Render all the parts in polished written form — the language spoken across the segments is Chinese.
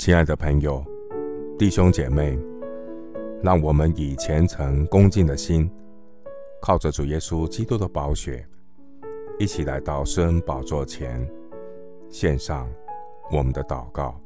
亲爱的朋友、弟兄姐妹，让我们以虔诚恭敬的心，靠着主耶稣基督的宝血，一起来到施恩宝座前，献上我们的祷告。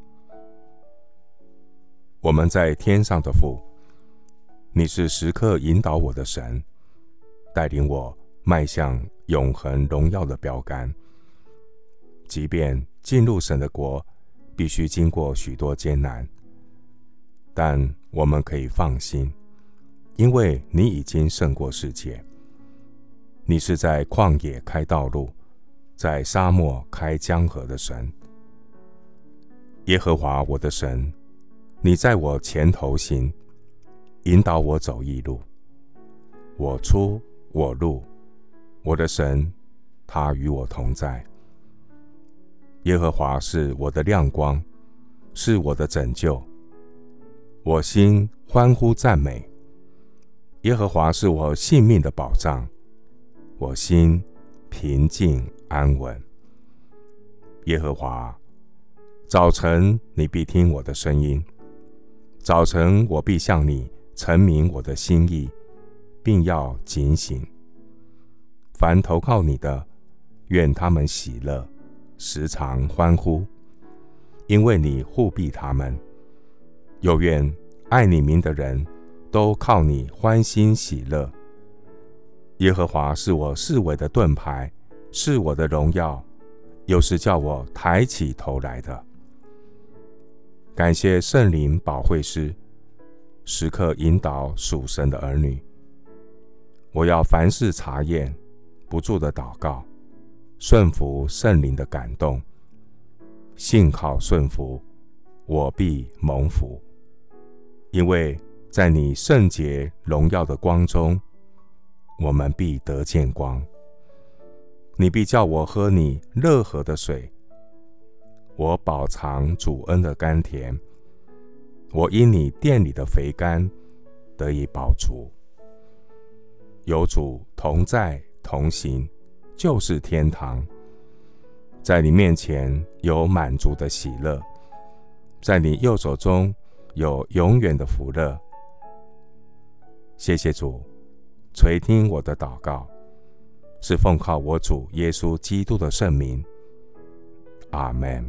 我们在天上的父，你是时刻引导我的神，带领我迈向永恒荣耀的标杆。即便进入神的国必须经过许多艰难，但我们可以放心，因为你已经胜过世界。你是在旷野开道路，在沙漠开江河的神。耶和华我的神，你在我前头行，引导我走义路。我出我入，我的神，他与我同在。耶和华是我的亮光，是我的拯救，我心欢呼赞美。耶和华是我性命的保障，我心平静安稳。耶和华，早晨你必听我的声音，早晨我必向你陈明我的心意，并要警醒。凡投靠你的，愿他们喜乐，时常欢呼，因为你护庇他们。又愿爱你名的人都靠你欢欣喜乐。耶和华是我四围的盾牌，是我的荣耀，又是叫我抬起头来的。感谢圣灵保惠师，时刻引导属神的儿女。我要凡事查验，不住的祷告，顺服圣灵的感动，信靠顺服，我必蒙福。因为在你圣洁荣耀的光中，我们必得见光。你必叫我喝你热河的水，我饱尝主恩的甘甜。我因你殿里的肥甘得以饱足。有主同在同行，就是天堂。在你面前有满足的喜乐，在你右手中有永远的福乐。谢谢主垂听我的祷告，是奉靠我主耶稣基督的圣名。阿们。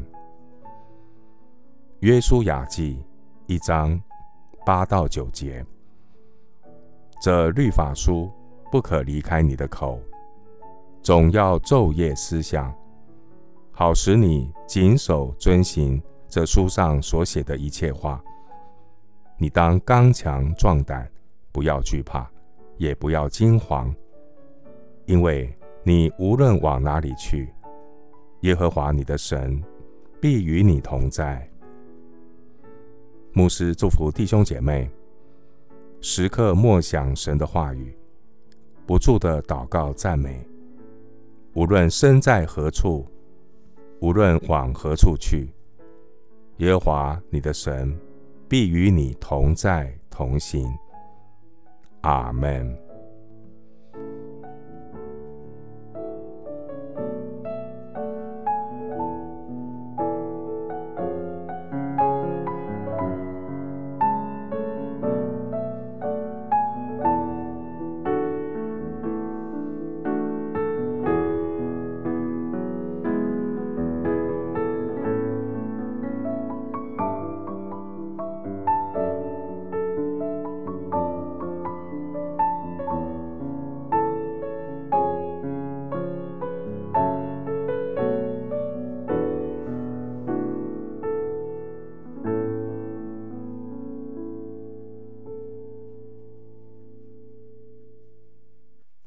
约书亚记1章8到9节，这律法书不可离开你的口，总要昼夜思想，好使你谨守遵行这书上所写的一切话。你当刚强壮胆，不要惧怕，也不要惊惶，因为你无论往哪里去，耶和华你的神必与你同在。牧师祝福弟兄姐妹，时刻默想神的话语，不住的祷告赞美。无论身在何处，无论往何处去，耶和华你的神必与你同在同行。阿们。